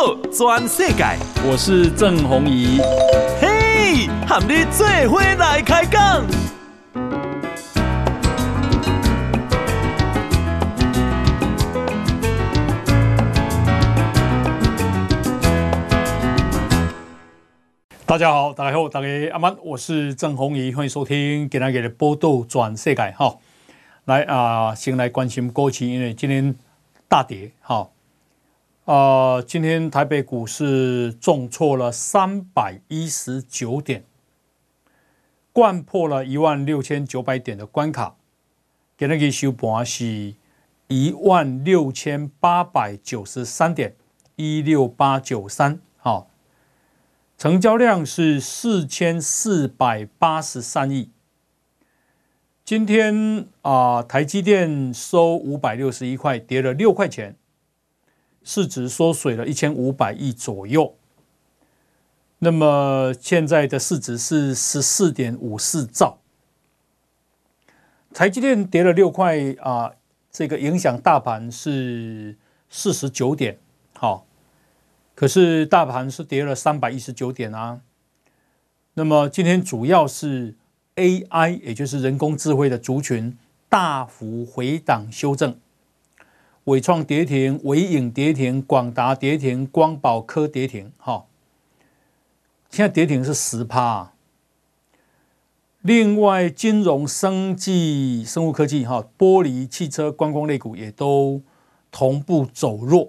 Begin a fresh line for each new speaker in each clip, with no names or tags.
道全世界。
我是郑弘仪。
嘿，和你做伙来开讲。
大家好，大家好，大家阿曼，我是郑弘仪，欢迎收听今天的报道全世界哈。来先来关心股市，因为今天大跌哈。今天台北股市重挫了319点，掼破了16900点的关卡。今天的收盘是16893点，16893好。成交量是4483亿。今天台积电收561块，跌了6块钱，市值缩水了1500亿左右。那么现在的市值是14.54兆。台积电跌了6块这个影响大盘是49点，好。可是大盘是跌了319点啊。那么今天主要是 AI， 也就是人工智慧的族群大幅回档修正，伟创跌停，伟影跌停，广达跌停，光宝科跌停，现在跌停是10%。另外，金融、生技、生物科技、玻璃、汽车、观光类股也都同步走弱。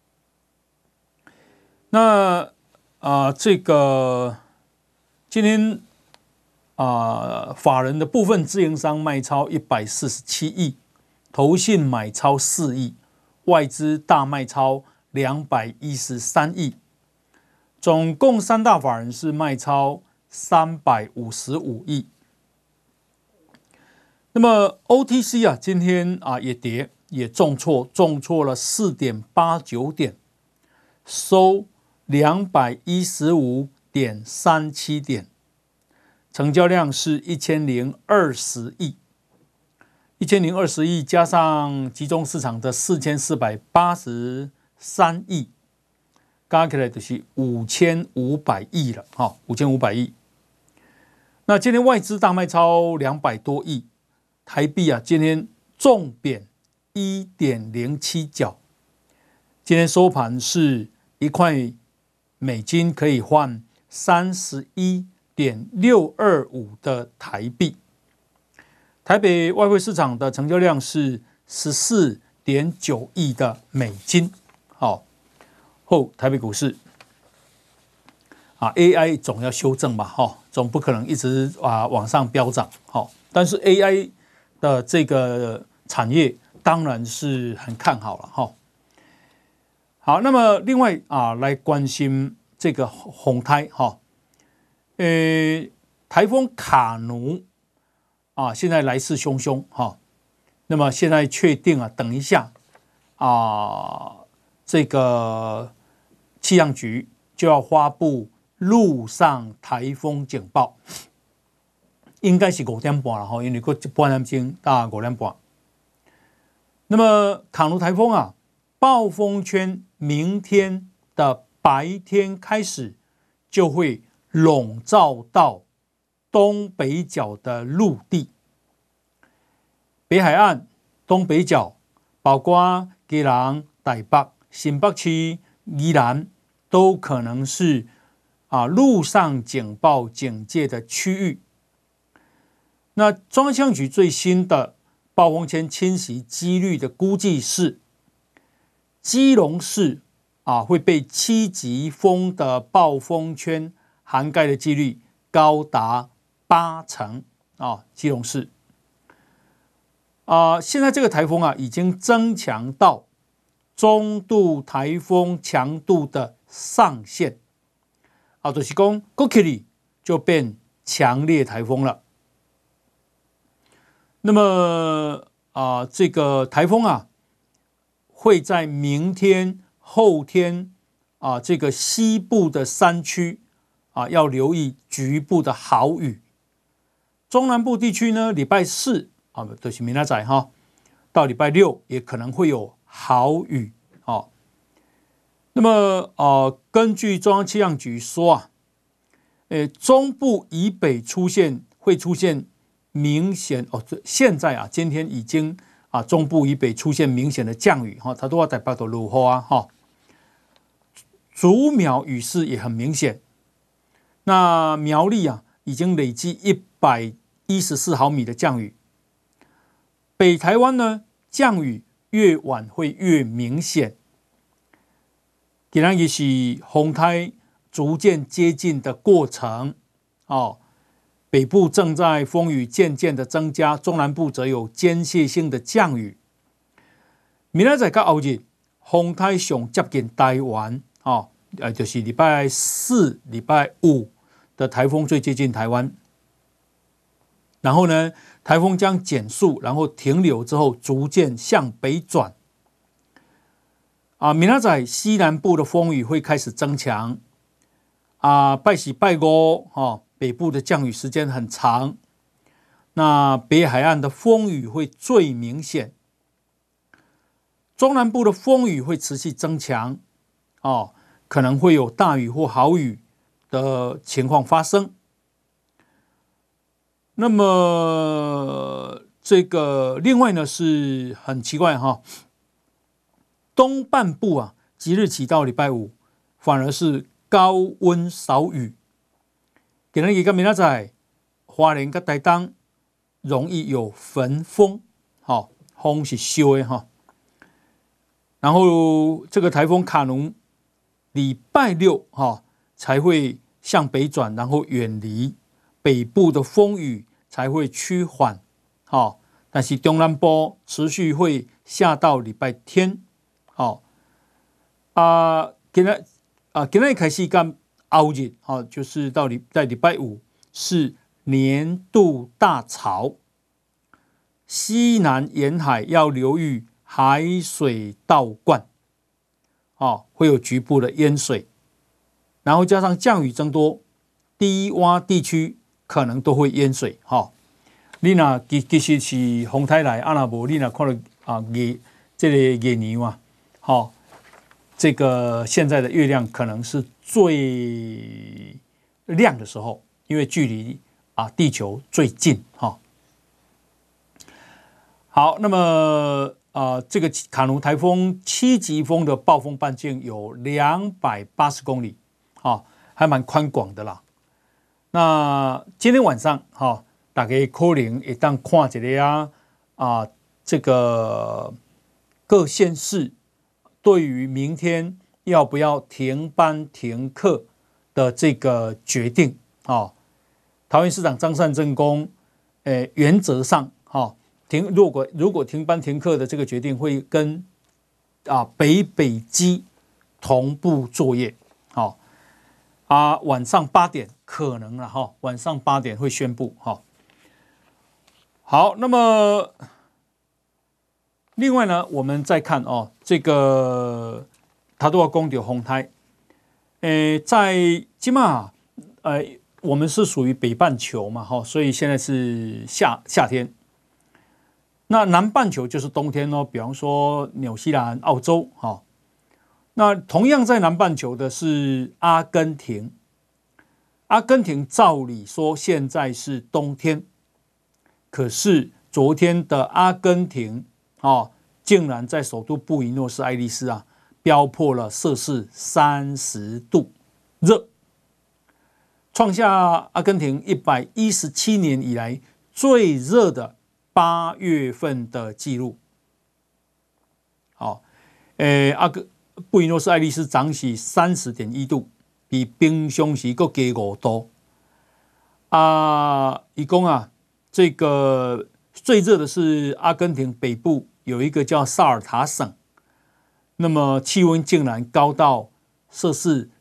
那这个今天法人的部分自营商卖超147亿，投信买超4亿，外资大卖超213亿，总共三大法人是卖超355亿。那么 OTC 今天也跌，也重挫了4.89点，收215.37点，成交量是1020亿，1020亿加上集中市场的4483亿，加起来就是5500亿了，5500亿。那今天外资大卖超200多亿，台币今天重贬1.07角，今天收盘是1块美金可以换31.625的台币。台北外汇市场的成交量是14.9亿的美金。台北股市AI 总要修正吧，总不可能一直往上飙涨。但是 AI 的这个产业当然是很看好了。好，那么另外来关心这个洪台台风卡努现在来势汹汹那么现在确定等一下这个气象局就要发布陆上台风警报，应该是5点半了因为还有1半钟到5点半。那么卡努台风暴风圈明天的白天开始就会笼罩到东北角的陆地，北海岸、东北角，包括基隆、台北、新北市、宜兰，都可能是陆上警报警戒的区域。那中央气象局最新的暴风圈侵袭几率的估计是，基隆市会被7级风的暴风圈涵盖的几率高达80%基隆市现在这个台风已经增强到中度台风强度的上限就是说过去就变强烈台风了。那么这个台风会在明天、后天这个西部的山区要留意局部的豪雨。中南部地区呢，礼拜4就是明仔载到礼拜6也可能会有豪雨那么根据中央气象局说啊，中部以北会出现明显现在啊，今天已经中部以北出现明显的降雨哈，它都要在北都落雨啊哈，竹苗雨势也很明显。那苗栗啊，已经累积114毫米的降雨。北台湾呢，降雨越晚会越明显。今天也是风台逐渐接近的过程北部正在风雨渐渐的增加，中南部则有间歇性的降雨。明仔载到后日，风台上接近台湾就是礼拜4、礼拜5的台风最接近台湾。然后呢，台风将减速，然后停留之后逐渐向北转。明仔载西南部的风雨会开始增强。拜4、拜5北部的降雨时间很长。那北海岸的风雨会最明显。中南部的风雨会持续增强可能会有大雨或豪雨的情况发生。那么这个另外呢是很奇怪东半部即日起到礼拜5反而是高温少雨。今天跟明仔载花莲跟台东容易有焚风风是烧的然后这个台风卡努礼拜6才会向北转，然后远离北部的风雨才会趋缓但是中南部持续会下到礼拜天今天开始到后日就是在礼拜5是年度大潮，西南沿海要留意海水倒灌会有局部的淹水，然后加上降雨增多，低洼地区可能都会淹水你若其实是风台来，若无你若看到这个月亮这个现在的月亮可能是最亮的时候，因为距离地球最近好，那么这个卡努台风7级风的暴风半径有280公里还蛮宽广的啦。那今天晚上大家可能会当看一下这个各县市对于明天要不要停班停课的这个决定桃园市长张善政公原则上如果停班停课的这个决定会跟北基同步作业晚上8点可能了晚上8点会宣布好，那么另外呢，我们再看这个他都要攻掉风台在今嘛我们是属于北半球嘛所以现在是夏天。那南半球就是冬天比方说纽西兰、澳洲那同样在南半球的是阿根廷。阿根廷照理说现在是冬天，可是昨天的阿根廷竟然在首都布宜诺斯艾利斯飙破了摄氏30度热，创下阿根廷117年以来最热的8月份的记录。布宜诺斯艾利斯涨起30.1度，比平常时还加5度。他说这个最热的是阿根廷北部有一个叫萨尔塔省，那么气温竟然高到摄氏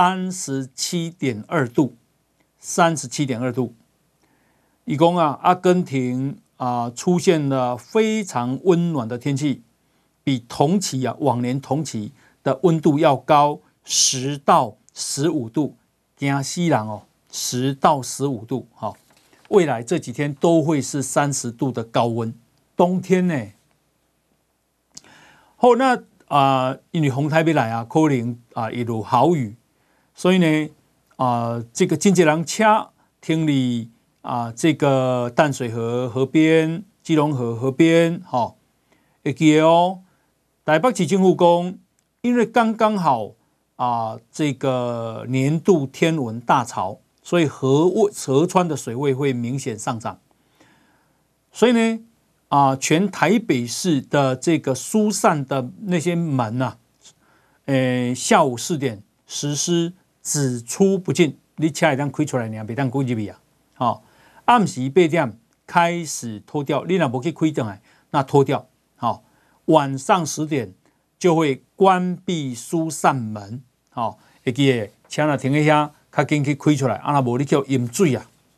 37.2度，37.2度。他说阿根廷出现了非常温暖的天气，比同期往年同期的温度要高10到15度，惊死人10到15度未来这几天都会是30度的高温，冬天呢。那因为风台要来啊，可能会有豪雨，所以呢这个真侪人车停伫这个淡水河边、基隆河边，会记得哦。台北市政府讲，因为刚刚好这个年度天文大潮，所以河川的水位会明显上涨，所以呢全台北市的这个疏散的那些门下午4点实施只出不进，你车会当开出来呢，别当进入去啊。暗时8点开始脱掉，你若无去开进来，那脱掉。晚上10点就会关闭疏散门。会记得车若停喺遐，较紧去开出来，若无你叫淹水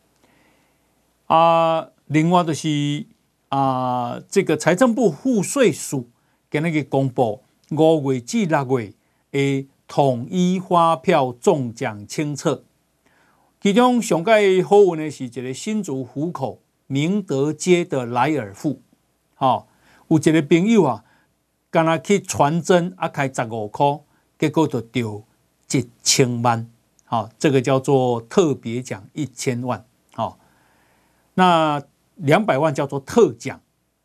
另外就是这个财政部赋税署今日公布5月至6月的统一发票中奖清册，其中上届好运的是一个新竹湖口明德街的莱尔富，有一个朋友刚才去传真开15块，结果就中1000万，这个叫做特别奖1000万，那200万叫做特奖，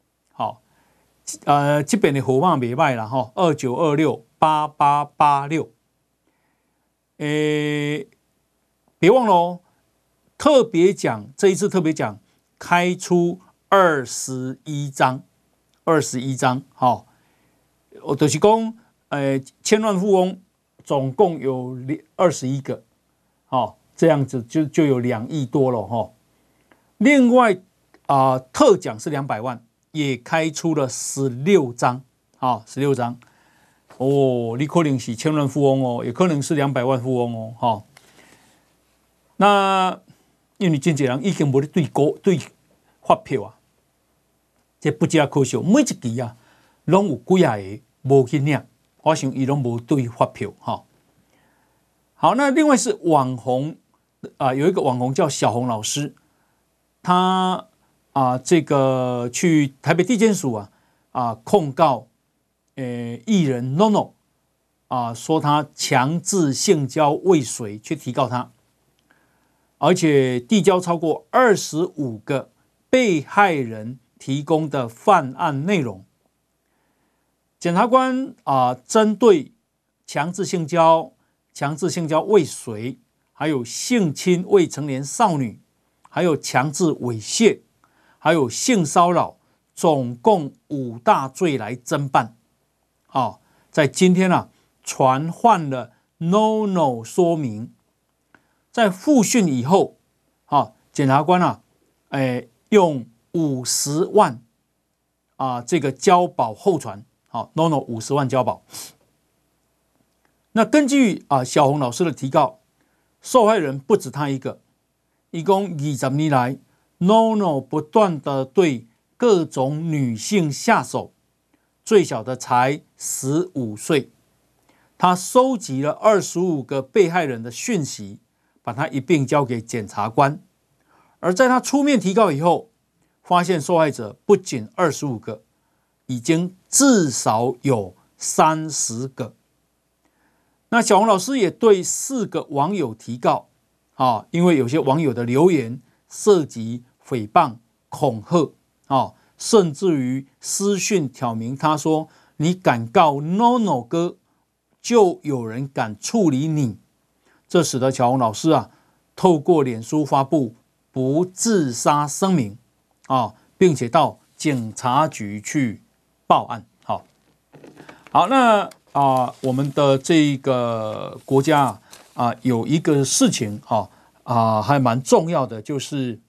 这边的号码袂歹啦，29268886，别忘了哦，特别奖这一次特别奖开出21张，我就是讲，千万富翁总共有21个，这样子就有2亿多了另外特奖是200万，也开出了16张，16张。你可能是千万富翁也可能是200万富翁那因为真侪人已经无咧对发票这不加可惜，每一期拢有几个无去领，我想伊拢无对发票好，那另外是网红有一个网红叫小红老师，他这个去台北地检署控告艺人 NONO 说他强制性交未遂，去提告他，而且递交超过25个被害人提供的犯案内容。检察官针对强制性交未遂，还有性侵未成年少女，还有强制猥亵，还有性骚扰，总共5大罪来侦办。在今天传唤了 NONO 说明，在复讯以后，检察官用50万这个交保候传，NONO 50万交保。那根据小红老师的提告，受害人不止他一个，一共20年来 ，NONO 不断的对各种女性下手，最小的才15岁。他收集了25个被害人的讯息，把它一并交给检察官。而在他出面提告以后，发现受害者不仅25个，已经至少有30个。那小红老师也对4个网友提告，因为有些网友的留言涉及诽谤、恐吓，甚至于私讯挑明他说：“你敢告 NONO 哥，就有人敢处理你。”这使得小红老师透过脸书发布不自杀声明并且到警察局去报案。好，那我们的这个国家有一个事情还蛮重要的，就是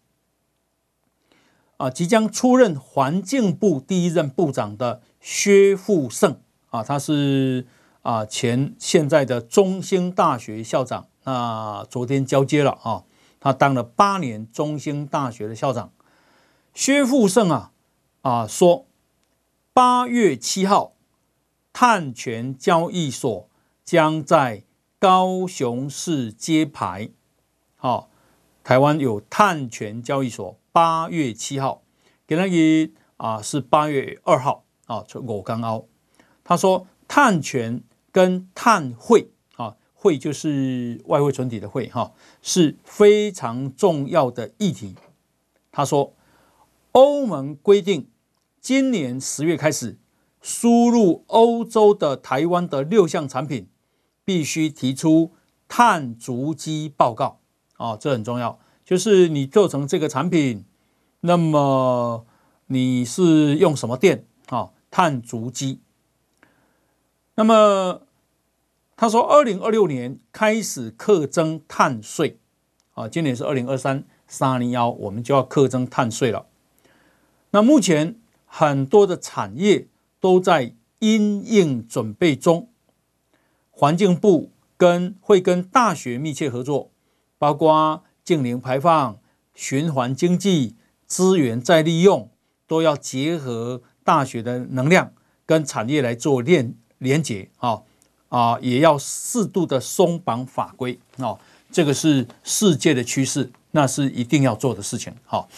即将出任环境部第1任部长的薛富盛他是现在的中兴大学校长，那昨天交接了他当了8年中兴大学的校长。薛富盛说8月7号碳权交易所将在高雄市揭牌。台湾有碳权交易所，8月7号，今天是8月2号5天后。他说碳权跟碳汇啊，汇就是外汇存底的汇哈，是非常重要的议题。他说，欧盟规定今年10月开始，输入欧洲的台湾的6项产品必须提出碳足迹报告啊，这很重要。就是你做成这个产品，那么你是用什么电啊？碳足迹。那么他说，2026年开始课征碳税啊，今年是2023年我们就要课征碳税了。那目前很多的产业都在因应准备中，环境部会跟大学密切合作，包括净零排放、循环经济、资源再利用，都要结合大学的能量跟产业来做连结也要适度的松绑法规这个是世界的趋势，那是一定要做的事情。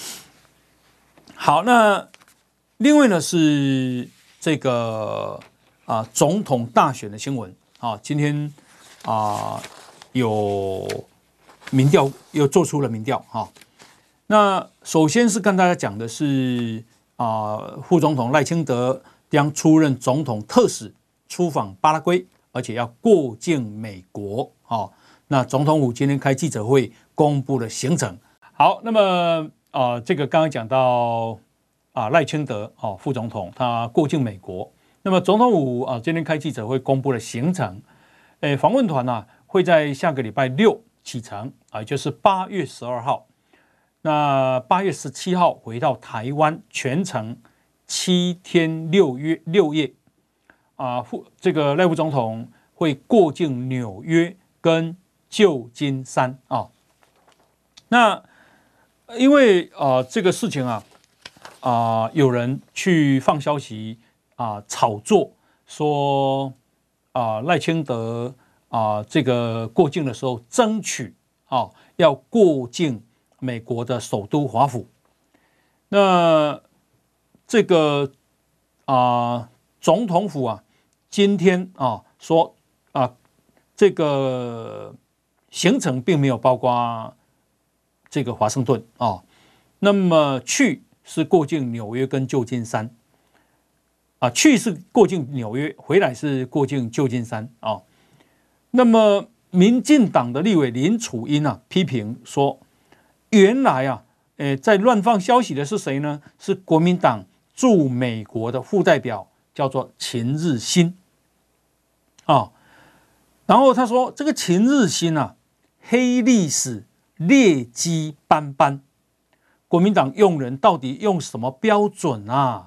好，那另外呢是这个总统大选的新闻今天有民调又做出了民调那首先是跟大家讲的是副总统赖清德将出任总统特使，出访巴拉圭，而且要过境美国那总统府今天开记者会公布了行程。好，那么这个刚刚讲到赖清德副总统他过境美国，那么总统府今天开记者会公布了行程，访问团会在下个礼拜6启程也就是8月12号，那8月17号回到台湾，全程7天6夜这个赖副总统会过境纽约跟旧金山那因为这个事情有人去放消息炒作说赖清德这个过境的时候争取要过境美国的首都华府。那这个总统府今天说这个行程并没有包括这个华盛顿那么去是过境纽约跟旧金山去是过境纽约，回来是过境旧金山那么民进党的立委林楚英批评说，原来在乱放消息的是谁呢？是国民党驻美国的副代表，叫做秦日新然后他说，这个秦日新黑历史劣迹斑斑，国民党用人到底用什么标准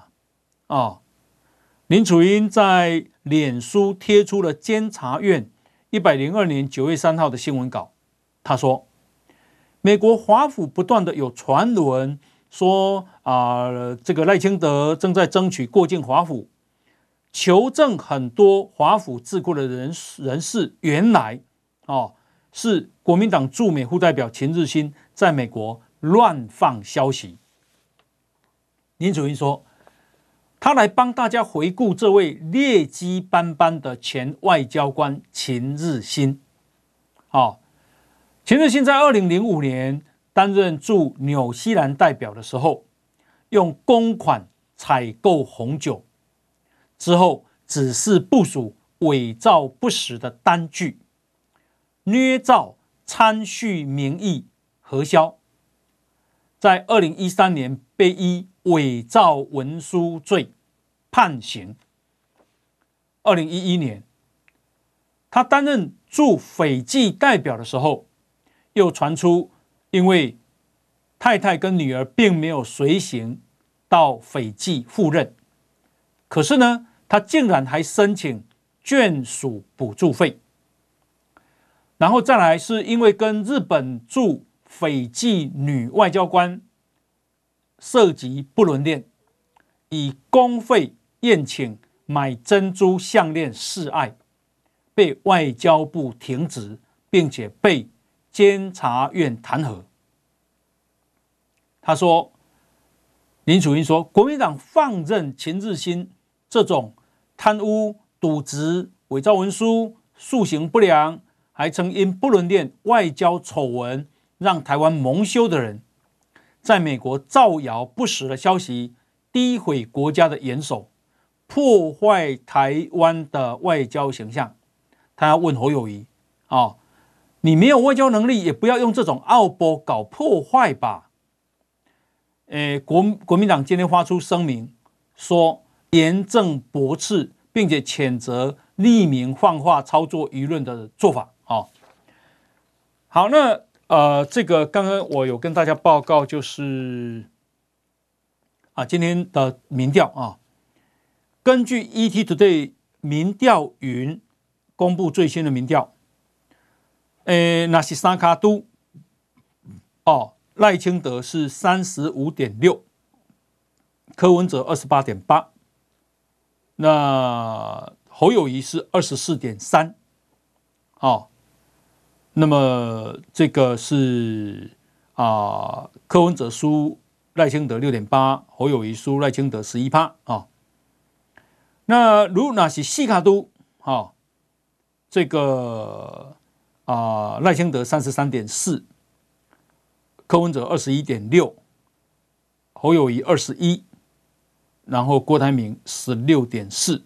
林楚英在脸书贴出了监察院102年9月3号的新闻稿，他说，美国华府不断的有传闻说这个赖清德正在争取过境华府，求证很多华府智库的人士，原来是国民党驻美副代表秦日新在美国乱放消息。林楚英说，他来帮大家回顾这位劣迹斑斑的前外交官秦日新秦日新在2005年担任驻纽西兰代表的时候，用公款采购红酒之后，只是部署伪造不实的单据，捏造参叙名义核销，在2013年被依伪造文书罪判刑。2011年，他担任驻斐济代表的时候，又传出因为太太跟女儿并没有随行到斐济赴任，可是呢，他竟然还申请眷属补助费。然后再来是因为跟日本驻斐济女外交官涉及不伦恋，以公费宴请买珍珠项链示爱，被外交部停职，并且被监察院弹劾。他说，林楚英说，国民党放任秦日新这种贪污渎职、伪造文书、素行不良，还曾因不伦恋、外交丑闻让台湾蒙羞的人，在美国造谣不实的消息，诋毁国家的元首，破坏台湾的外交形象。他要问侯友宜你没有外交能力，也不要用这种奥波搞破坏吧。国民党今天发出声明说严正驳斥，并且谴责匿名放话操作舆论的做法。好，那这个刚刚我有跟大家报告，就是今天的民调根据 ET Today 民调云公布最新的民调。那是三卡都赖清德是 35.6%， 柯文哲 28.8%， 那侯友宜是 24.3%。那么这个是柯文哲输赖清德 6.8%， 侯友宜输赖清德 11%。那如果是四卡都这个赖清德 33.4%， 柯文哲 21.6%， 侯友宜 21%， 然后郭台铭 16.4%。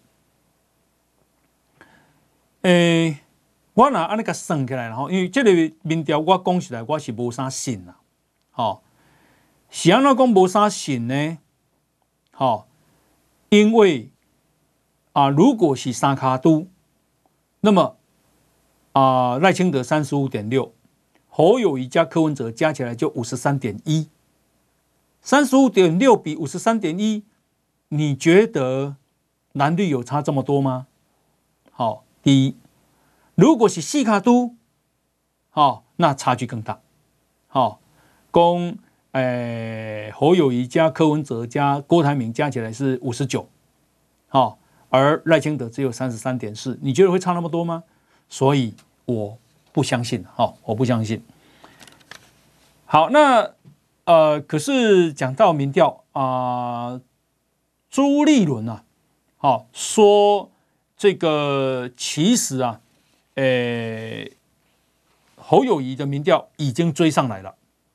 我拿按那个算起来，因为这个民调我讲起来我是无啥信啦，是安怎讲无啥信呢？因为如果是三卡都，那么赖清德 35.6%， 侯友宜加柯文哲加起来就 53.1%， 35.6 比 53.1， 你觉得蓝绿有差这么多吗？第一，如果是四卡都，那差距更大。说侯友宜加柯文哲加郭台铭加起来是 59%，而赖清德只有 33.4%， 你觉得会差那么多吗？所以我不相信，我不相信。好，那可是讲到民调朱立伦说这个其实侯友宜的民调已经追上来了。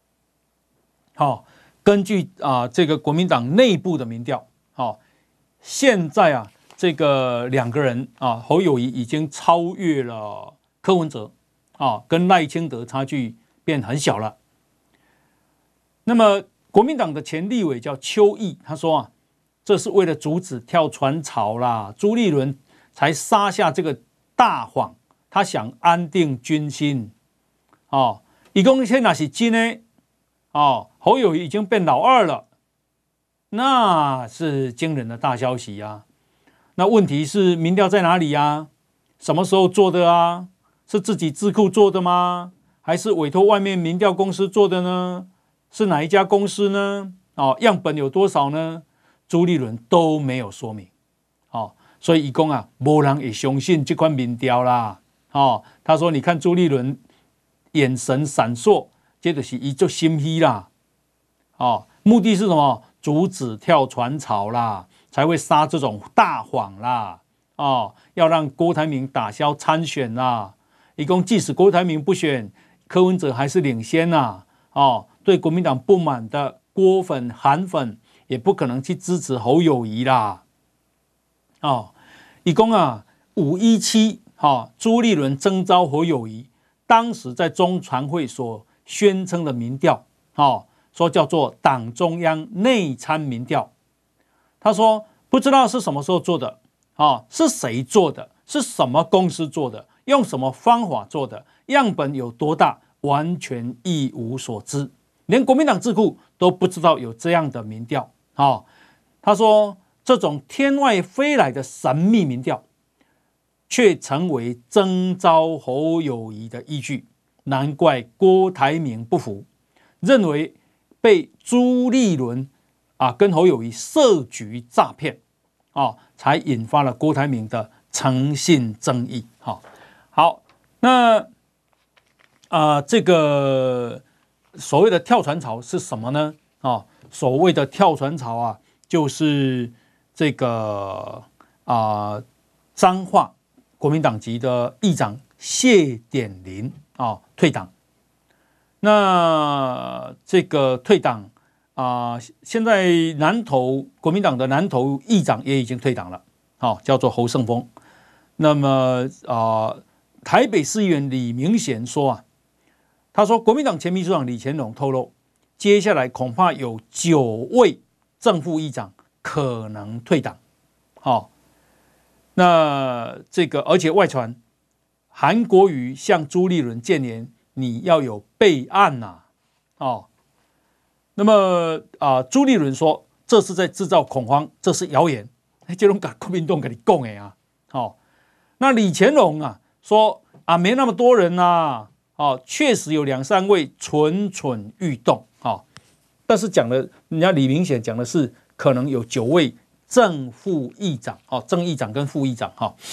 根据这个国民党内部的民调，现在这个两个人侯友宜已经超越了柯文哲跟赖清德差距变很小了。那么国民党的前立委叫邱毅，他说这是为了阻止跳船潮啦，朱立伦才撒下这个大谎，他想安定军心。他说这若是真的侯友宜已经变老二了，那是惊人的大消息啊。那问题是民调在哪里啊？什么时候做的啊？是自己智库做的吗？还是委托外面民调公司做的呢？是哪一家公司呢？样本有多少呢？朱立伦都没有说明。所以他说没人会相信这款民调啦。他说你看朱立伦眼神闪烁，这就是他很心虚啦。目的是什么？阻止跳船潮啦，才会撒这种大谎啦。要让郭台铭打消参选啦。他说即使郭台铭不选，柯文哲还是领先啦。对国民党不满的郭粉、韩粉也不可能去支持侯友宜啦。他说517朱立伦征召侯友宜，当时在中常会所宣称的民调说叫做党中央内参民调。他说不知道是什么时候做的是谁做的，是什么公司做的，用什么方法做的，样本有多大，完全一无所知，连国民党智库都不知道有这样的民调。他说这种天外飞来的神秘民调却成为征召侯友宜的依据，难怪郭台铭不服，认为被朱立伦跟侯友宜设局诈骗才引发了郭台铭的诚信争议。好，那这个所谓的跳船潮是什么呢？所谓的跳船潮就是这个彰化国民党籍的议长谢点林退党。那这个退党现在国民党的南投议长也已经退党了，叫做侯胜峰。那么台北市议员李明贤说他说国民党前秘书长李乾龙透露，接下来恐怕有9位正副议长可能退党。那这个而且外传韩国瑜向朱立伦建言，你要有备案那么朱立伦说这是在制造恐慌，这是谣言，这种国民党跟你讲的那李乾龙说没那么多人确实有2-3位蠢蠢欲动但是人家李明显讲的是可能有9位正副议长正议长跟副议长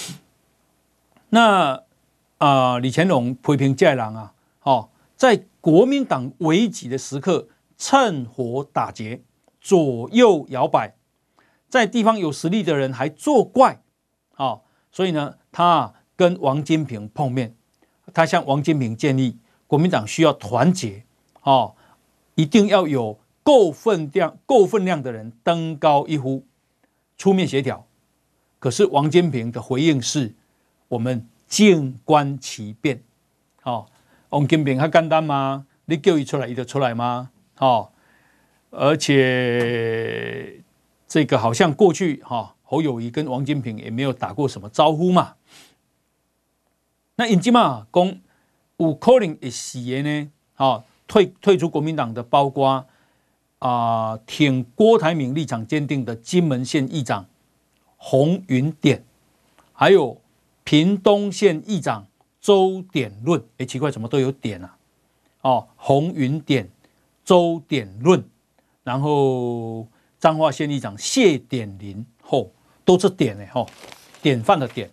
那李乾龙批评这些人在国民党危急的时刻趁火打劫，左右摇摆，在地方有实力的人还作怪所以呢他跟王金平碰面，他向王金平建议国民党需要团结一定要有够分量的人登高一呼出面协调。可是王金平的回应是我们静观其变王金平很简单吗？你叫他出来他就出来吗而且这个好像过去侯友宜跟王金平也没有打过什么招呼嘛。那因现在说有可能会死的呢退出国民党的包括挺郭台铭立场坚定的金门县议长洪云典，还有屏东县议长周典论，奇怪怎么都有点洪云典、周典论，然后彰化县议长谢点林都是典典范的典。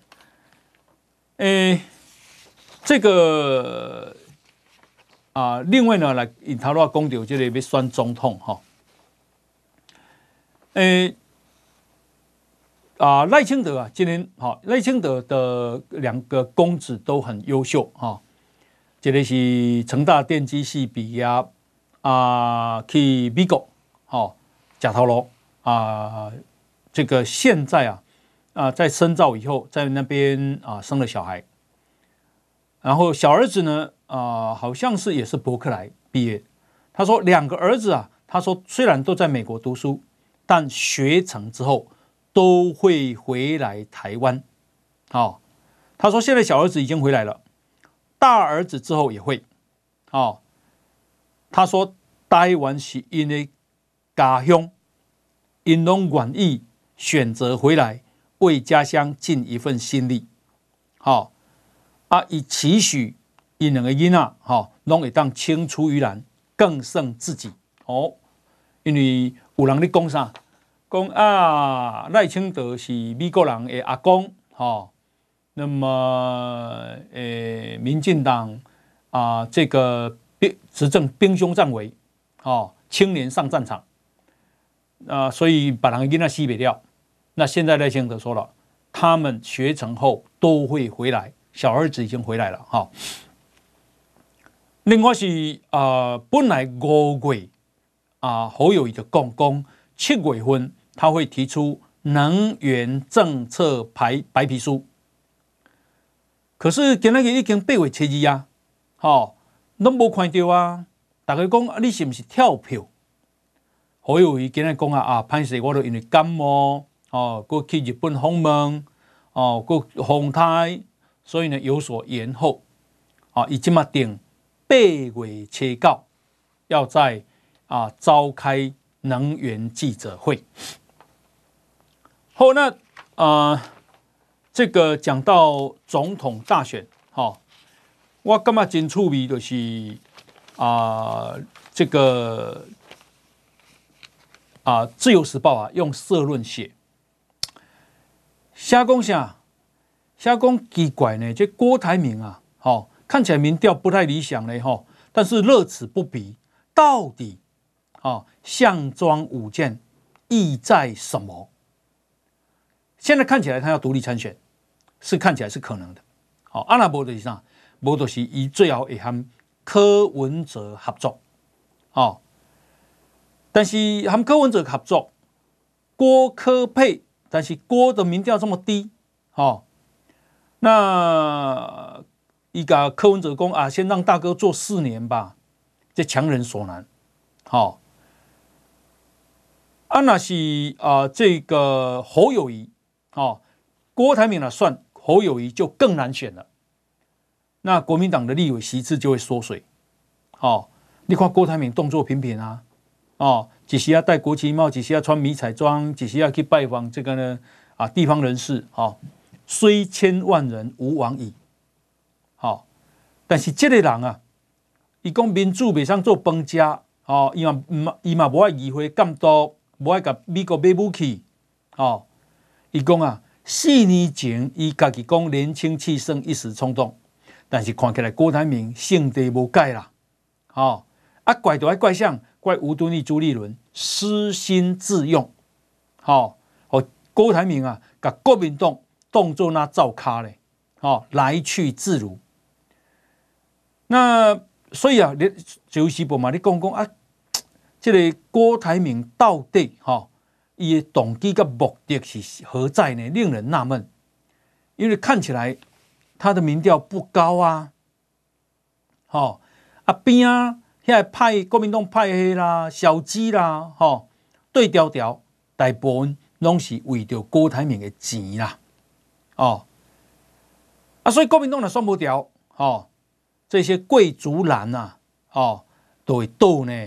这个另外呢，来引头讲到这个要选总统赖清德今年赖清德的2个公子都很优秀一个是成大电机系毕业去美国吃头路这个现在在深造以后在那边生了小孩，然后小儿子呢好像是也是伯克莱毕业。他说2个儿子他说虽然都在美国读书，但学成之后都会回来台湾他说现在小儿子已经回来了，大儿子之后也会他说台湾是因的家乡，因都愿意选择回来为家乡尽一份心力以期许因2个囡仔都会当青出于蓝更胜自己因为有人在讲啥讲赖清德是美国人的阿公那么民进党这个执政兵凶战危青年上战场所以把人的囡仔死不掉。那现在赖清德说了，他们学成后都会回来，小儿子已经回来了另外是本来5月侯友宜就讲7月份他会提出能源政策白皮书，可是今天已经8月7日都没看到大家讲你是不是跳票？侯友宜今天讲歹势我都因为感冒过去日本访问过风台，所以呢有所延后他现在定8月7要在召开能源记者会。后那这个讲到总统大选我感觉真趣味就是这个自由时报用社论写瞎讲奇怪呢，这郭台铭看起来民调不太理想呢但是乐此不疲，到底项庄舞剑意在什么？现在看起来他要独立参选是看起来是可能的。好，啊那无就是啥？无就是伊最后会和柯文哲合作。哦，但是和柯文哲合作，郭柯配，但是郭的民调这么低，哦，那伊甲柯文哲讲啊，先让大哥做4年吧，这强人所难。好、哦，啊那是这个侯友宜，哦，郭台铭算侯友宜就更难选了，那国民党的立委席次就会缩水。哦，你看郭台铭动作频频啊，哦，几时要戴国旗帽，几时要穿迷彩装，几时要去拜访这个呢地方人士，哦，虽千万人吾往矣。好、哦，但是这个人啊，伊讲民主袂上做饭吃，哦，伊嘛无爱议会监督，无爱甲美国买武器，哦，伊讲啊，4年前伊家己讲年轻气盛一时冲动，但是看起来郭台铭性地无改啦，哦，怪就爱怪谁？怪吴敦义、朱立伦私心自用，好、哦，郭台铭啊，甲国民党当作那灶咖咧，哦，来去自如。那所以啊，周时报嘛，你讲啊，这个郭台铭到底伊的动机跟目的是何在呢？令人纳闷，因为看起来他的民调不高啊，边啊，遐派国民党派系啦、小鸡啦，对调调，大部分拢是为着郭台铭的钱啦，所以国民党若选不掉，这些贵族蓝啊，都会斗呢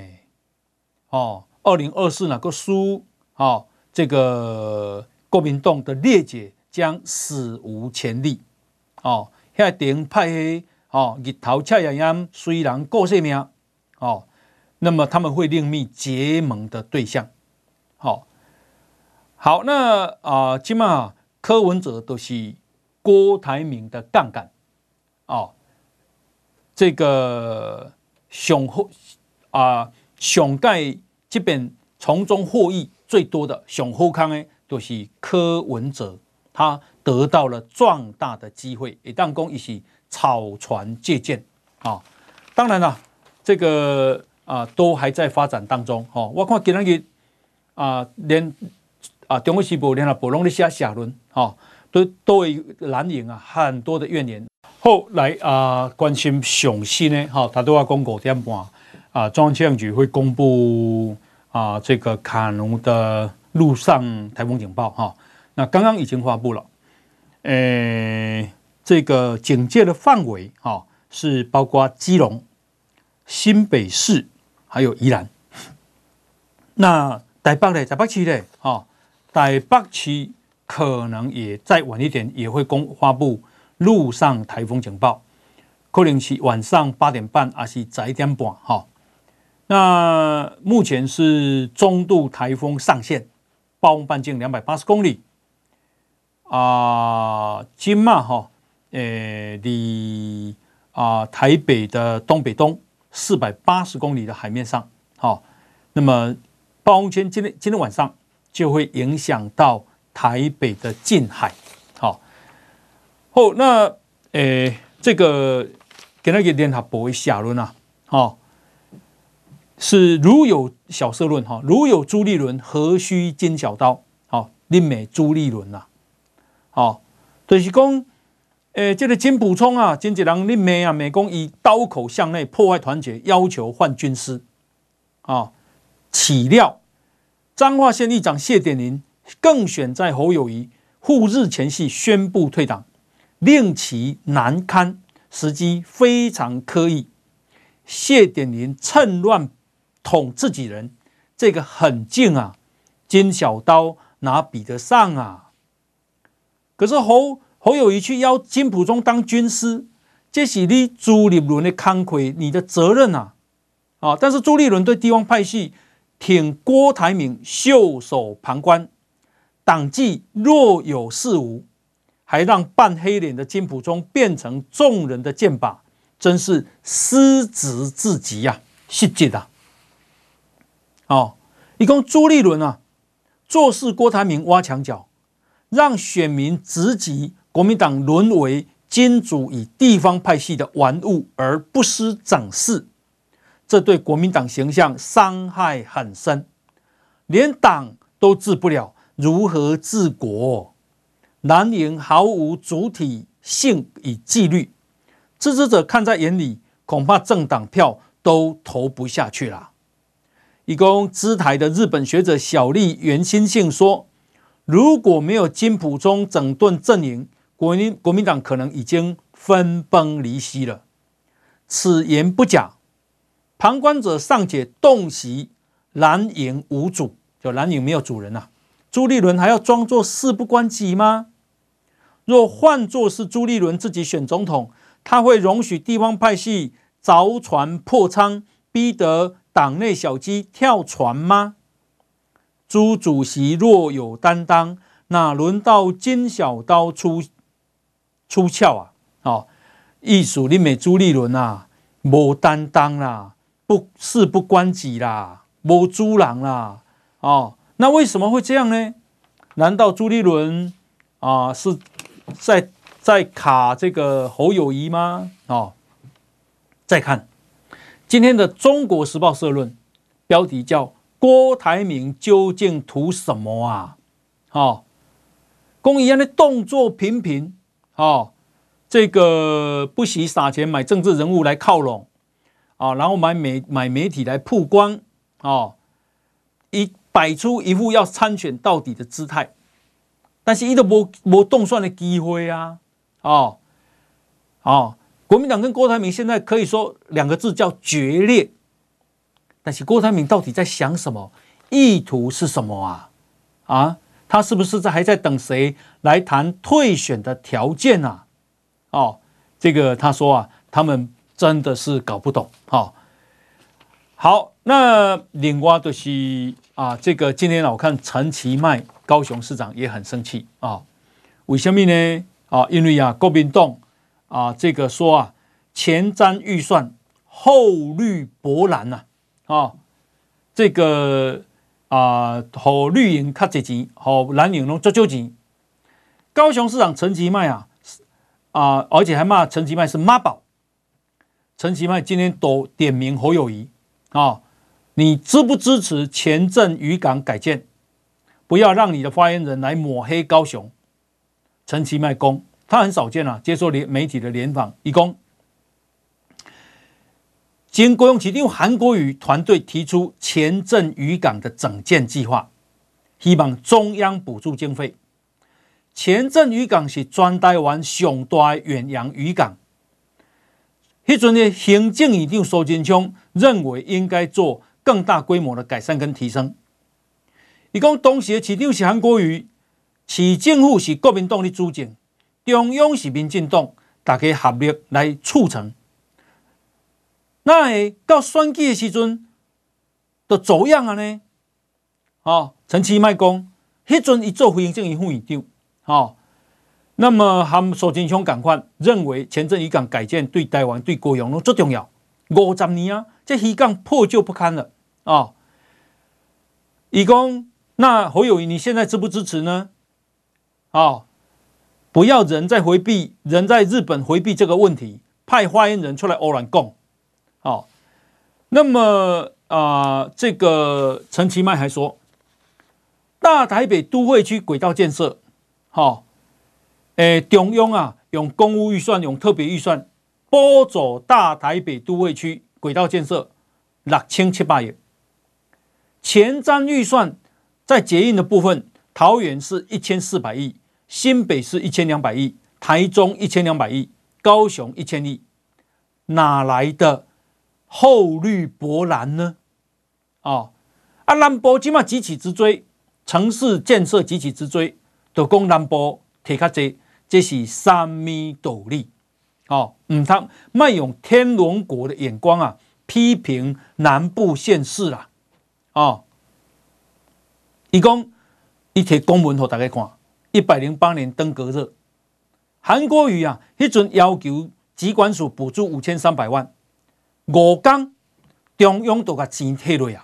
，2024哪个输，这个国民党的裂解将史无前例，遐顶派系，日头赤炎炎，虽然顾性命，那么他们会另觅结盟的对象，好，那今嘛柯文哲都是郭台铭的杠杆，这个上届这边从中获益最多的上好康的，就是柯文哲，他得到了壮大的机会，也当讲伊是草船借箭啊。当然了，这个都还在发展当中。我看今日连中国时报、联合报拢在写社论，都为蓝营很多的怨言。后来关心上新呢，他都要讲5点半中央气象局会公布这个卡努的陆上台风警报那刚刚已经发布了，这个警戒的范围是包括基隆、新北市还有宜兰。那台北呢？台北区呢？台北区可能也再晚一点也会发布陆上台风警报，可能是晚上8点半，还是11点半那目前是中度台风上限，暴风半径280公里今嘛离台北的东北东480公里的海面上，那么暴风圈今天晚上就会影响到台北的近海，那这个今日联合报的社论是如有小社论如有朱立伦，何须金小刀？另美朱立伦就是讲这个金溥聪真一人另美美讲以刀口向内破坏团结，要求换军师岂料彰化县议长谢点林更选在侯友宜赴日前夕宣布退党，令其难堪，时机非常刻意。谢点林趁乱捅自己人，这个狠劲金小刀哪比得上可是侯友宜去邀金溥聪当军师，这是你朱立伦的慷慨，你的责任但是朱立伦对地方派系挺郭台铭袖手旁观，党纪若有似无，还让扮黑脸的金溥聪变成众人的箭靶，真是失职至极失职一共朱立伦做事郭台铭挖墙脚，让选民直击国民党沦为金主与地方派系的玩物而不思长势，这对国民党形象伤害很深。连党都治不了，如何治国？蓝营毫无主体性与纪律，支持者看在眼里，恐怕政党票都投不下去了。以供资台的日本学者小笠原新信说，如果没有金溥中整顿阵营，国民党可能已经分崩离析了。此言不假。旁观者尚且洞悉蓝营无主，就蓝营没有主人啊，朱立伦还要装作事不关己吗？若换作是朱立伦自己选总统，他会容许地方派系凿船破仓，逼得党内小鸡跳船吗？朱主席若有担当，哪轮到金小刀出鞘啊？哦，艺术你美朱立伦啊，没担当啦，事不关己啦，没猪狼啦，哦，那为什么会这样呢？难道朱立伦是在卡这个侯友宜吗？哦，再看今天的《中国时报》社论，标题叫“郭台铭究竟图什么啊？”哦，公一样的动作频频，哦，这个不惜撒钱买政治人物来靠拢，然后买媒体来曝光，摆出一副要参选到底的姿态，但是他都没动算的机会啊！国民党跟郭台铭现在可以说两个字叫决裂，但是郭台铭到底在想什么？意图是什么啊？他是不是还在等谁来谈退选的条件啊？这个他说他们真的是搞不懂。好，那另外就是这个今天我看陈其迈高雄市长也很生气为什么呢？因为国民党这个说前瞻预算后绿博蓝这个给绿营较侪钱，给蓝营拢足少钱。高雄市长陈其迈而且还骂陈其迈是妈宝。陈其迈今天都点名侯友宜你支不支持前镇渔港改建？不要让你的发言人来抹黑高雄。陈其迈公，他很少见接受媒体的联访，他说经国用市长韩国瑜团队提出前镇渔港的整建计划，希望中央补助经费。前镇渔港是全台湾上大的远洋渔港，那时的行政院长苏贞昌认为应该做更大规模的改善跟提升。他说当时的市长是韩国瑜，市政府是国民党的主政，中央是民进党，大家合力来促成。那会到选举的时阵就走样呢？陈其迈讲，那阵他做行政院副院长，那么和苏贞昌同款，认为前镇渔港改建对台湾对高雄都最重要。50年这渔港破旧不堪了他说，那侯友宜你现在支不支持呢？不要人在日本回避这个问题，派发言人出来欧然讲。那么这个陈其迈还说，大台北都会区轨道建设，中央用公务预算、用特别预算补助大台北都会区轨道建设6700亿。前瞻预算在捷运的部分，桃园是1400亿，新北市1200亿，台中1200亿，高雄1000亿，哪来的后绿博蓝呢？南部现在急起直追，城市建设急起直追，就讲南部提较多，这是什么道理？不通卖用天龙国的眼光批评南部县市啦。他说，他提公文给大家看，108年登革热，韩国瑜那阵要求疾管署补助5300万，5天中央就把钱摕落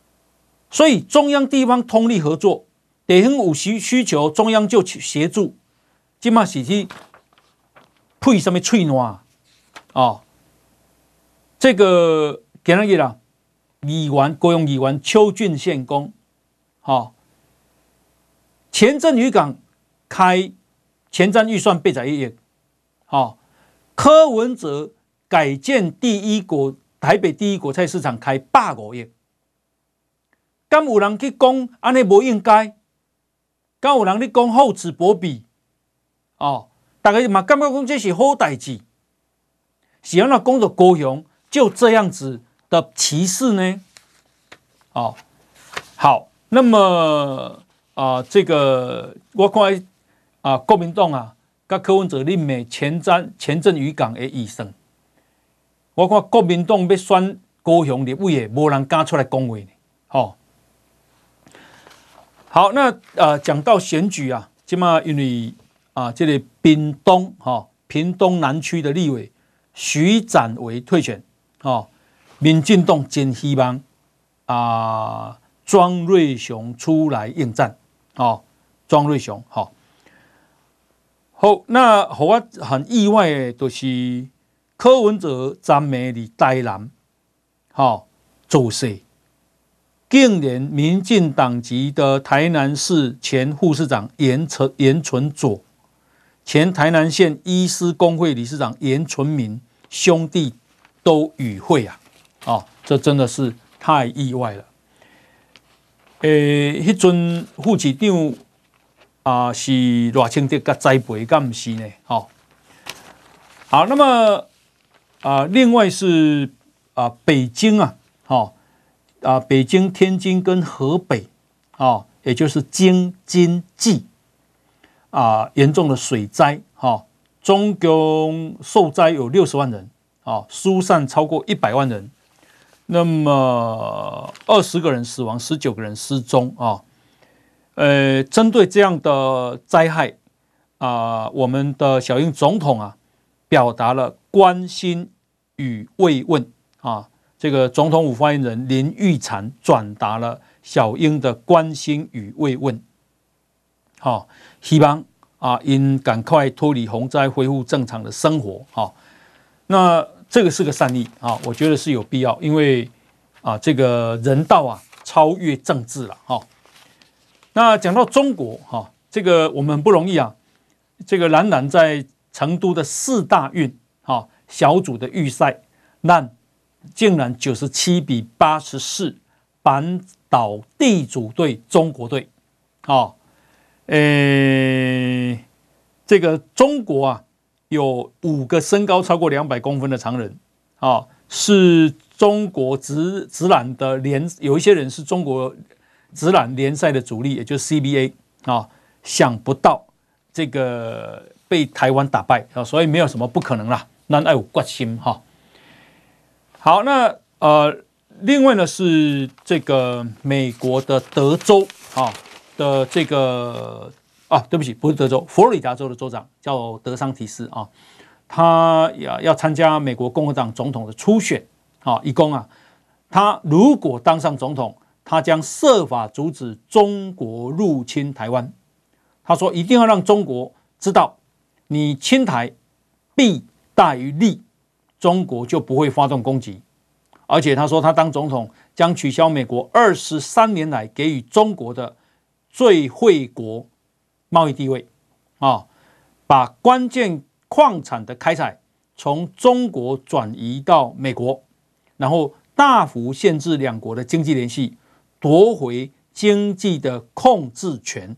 所以中央地方通力合作，地方有需求，中央就协助， 即马是去配什么喙烂哦？这个今仔日啦，高雄议员邱俊宪讲，哦，前镇渔港开前瞻预算811亿，哦，柯文哲改建台北第一果菜市场开150亿，敢有人去讲安尼无应该？敢有人去讲厚此薄彼？哦，大家嘛感觉讲这是好代志，是安怎讲到高雄就这样子的歧视呢？哦，好，那么这个我看国民党啊，甲柯文哲恁的前镇渔港的预算，我看国民党要选高雄立委的，无人敢出来讲话呢。哦，好，那讲到选举啊，今嘛因为这个屏东南区的立委徐展维退选，民进党真希望庄瑞雄出来应战，庄瑞雄，好，那让我很意外的就是柯文哲昨暝伫台南，造势，竟然民进党籍的台南市前副市长严纯佐、前台南县医师公会理事长严纯民兄弟都与会啊！这真的是太意外了。迄阵副市长是赖清德甲栽培，敢不是呢？好，那么另外是北京北京、天津跟河北也就是京津冀严重的水灾总共受灾有60万人疏散超过100万人，那么20个人死亡，19个人失踪针对这样的灾害我们的小英总统表达了关心与慰问这个总统府发言人林玉婵转达了小英的关心与慰问，希望因赶快脱离洪灾，恢复正常的生活那这个是个善意我觉得是有必要，因为这个人道超越政治了那讲到中国这个我们很不容易这个男篮在成都的4大运小组的预赛，那竟然97比84扳倒地主队中国队这个中国有5个身高超过200公分的常人是中国职篮的有一些人是中国职篮联赛的主力，也就是 CBA 想不到这个被台湾打败所以没有什么不可能啦，咱要有决心好，那另外呢是这个美国的德州的这个对不起，不是德州，佛罗里达州的州长叫德桑提斯他要参加美国共和党总统的初选一共他如果当上总统，他将设法阻止中国入侵台湾。他说一定要让中国知道，你侵台弊大于利，中国就不会发动攻击。而且他说他当总统将取消美国23年来给予中国的最惠国贸易地位把关键矿产的开采从中国转移到美国，然后大幅限制两国的经济联系，夺回经济的控制权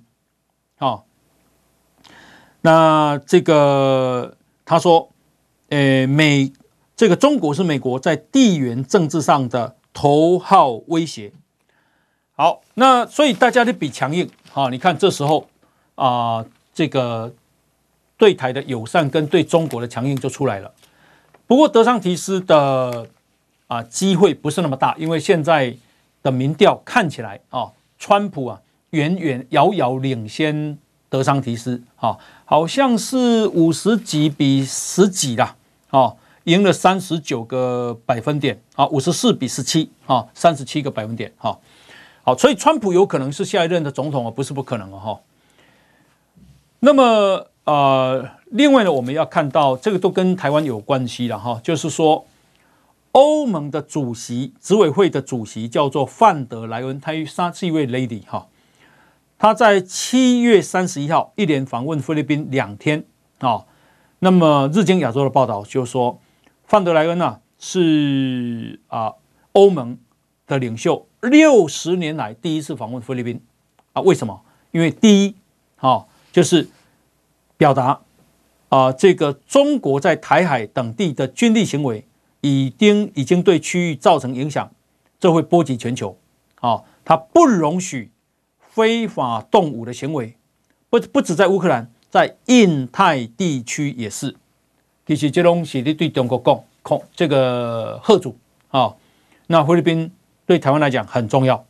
那这个他说这个中国是美国在地缘政治上的头号威胁。好，那所以大家的比强硬你看这时候这个对台的友善跟对中国的强硬就出来了。不过德桑提斯的机会不是那么大，因为现在的民调看起来川普遥遥领先德桑提斯好像是50几比10几啦赢了39个百分点54比1737个百分点好，所以川普有可能是下一任的总统不是不可能那么另外呢，我们要看到这个都跟台湾有关系了哈，就是说欧盟的主席执委会的主席叫做范德莱恩，她是一位 lady 哈，她在7月31号一连访问菲律宾2天啊。那么日经亚洲的报道就说，范德莱恩是欧盟的领袖60年来第一次访问菲律宾为什么？因为第一就是表达这个中国在台海等地的军力行为已经对区域造成影响，这会波及全球它不容许非法动武的行为，不只在乌克兰，在印太地区也是。其实这东西对中国讲这个吓阻那菲律宾对台湾来讲很重要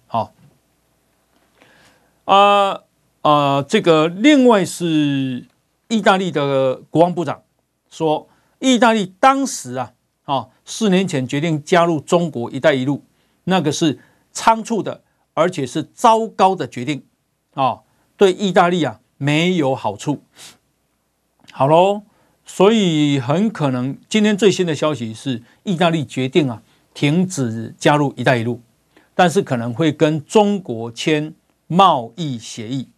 这个另外是意大利的国防部长说，意大利当时4年前决定加入中国一带一路，那个是仓促的，而且是糟糕的决定对意大利没有好处。好咯，所以很可能今天最新的消息是，意大利决定停止加入一带一路，但是可能会跟中国签贸易协议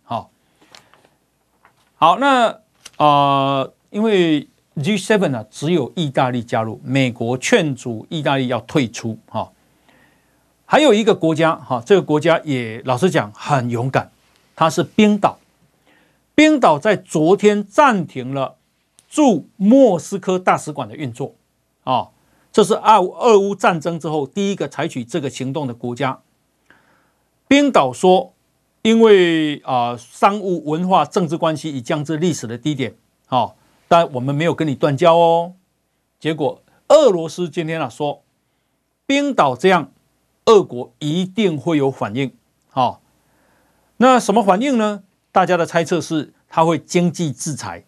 好，那因为 G7 只有意大利加入，美国劝阻意大利要退出还有一个国家这个国家也老实讲很勇敢，它是冰岛。冰岛在昨天暂停了驻莫斯科大使馆的运作这是俄乌战争之后第一个采取这个行动的国家。冰岛说，因为商务、文化、政治关系已降至历史的低点但我们没有跟你断交结果俄罗斯今天说，冰岛这样，俄国一定会有反应那什么反应呢？大家的猜测是，他会经济制裁。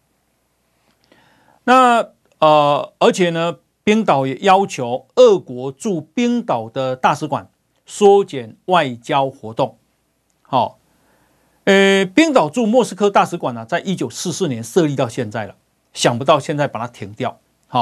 那而且呢，冰岛也要求俄国驻冰岛的大使馆缩减外交活动。冰岛驻莫斯科大使馆在1944年设立到现在了，想不到现在把它停掉。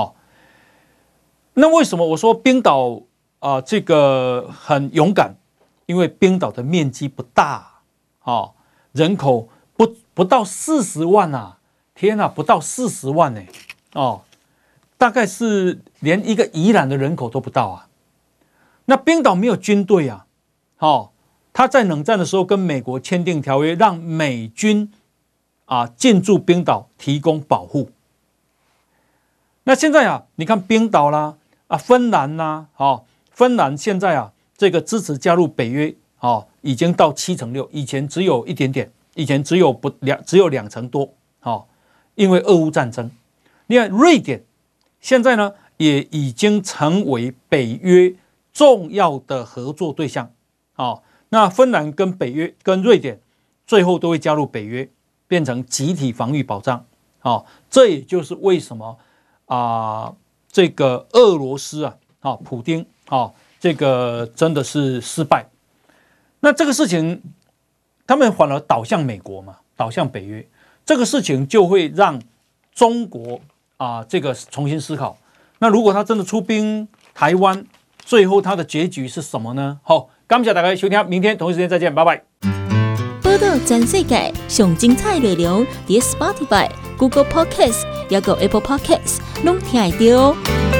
那为什么我说冰岛这个很勇敢？因为冰岛的面积不大人口不到40万天不到40万大概是连一个宜兰的人口都不到那冰岛没有军队他在冷战的时候跟美国签订条约，让美军进驻冰岛提供保护。那现在你看冰岛啦芬兰啦芬兰现在这个支持加入北约已经到76%，以前只有一点点，以前只有2成多因为俄乌战争。另外瑞典现在呢也已经成为北约重要的合作对象那芬兰跟北约跟瑞典最后都会加入北约，变成集体防御保障这也就是为什么这个俄罗斯普丁这个真的是失败。那这个事情他们反而倒向美国嘛，倒向北约，这个事情就会让中国这个重新思考。那如果他真的出兵台湾，最后他的结局是什么呢？好，感谢大家收听，明天同一时间再见，拜拜。
报道全世界上精彩内容，伫 Spotify、Google Podcast 也有 Apple Podcast 拢听得到。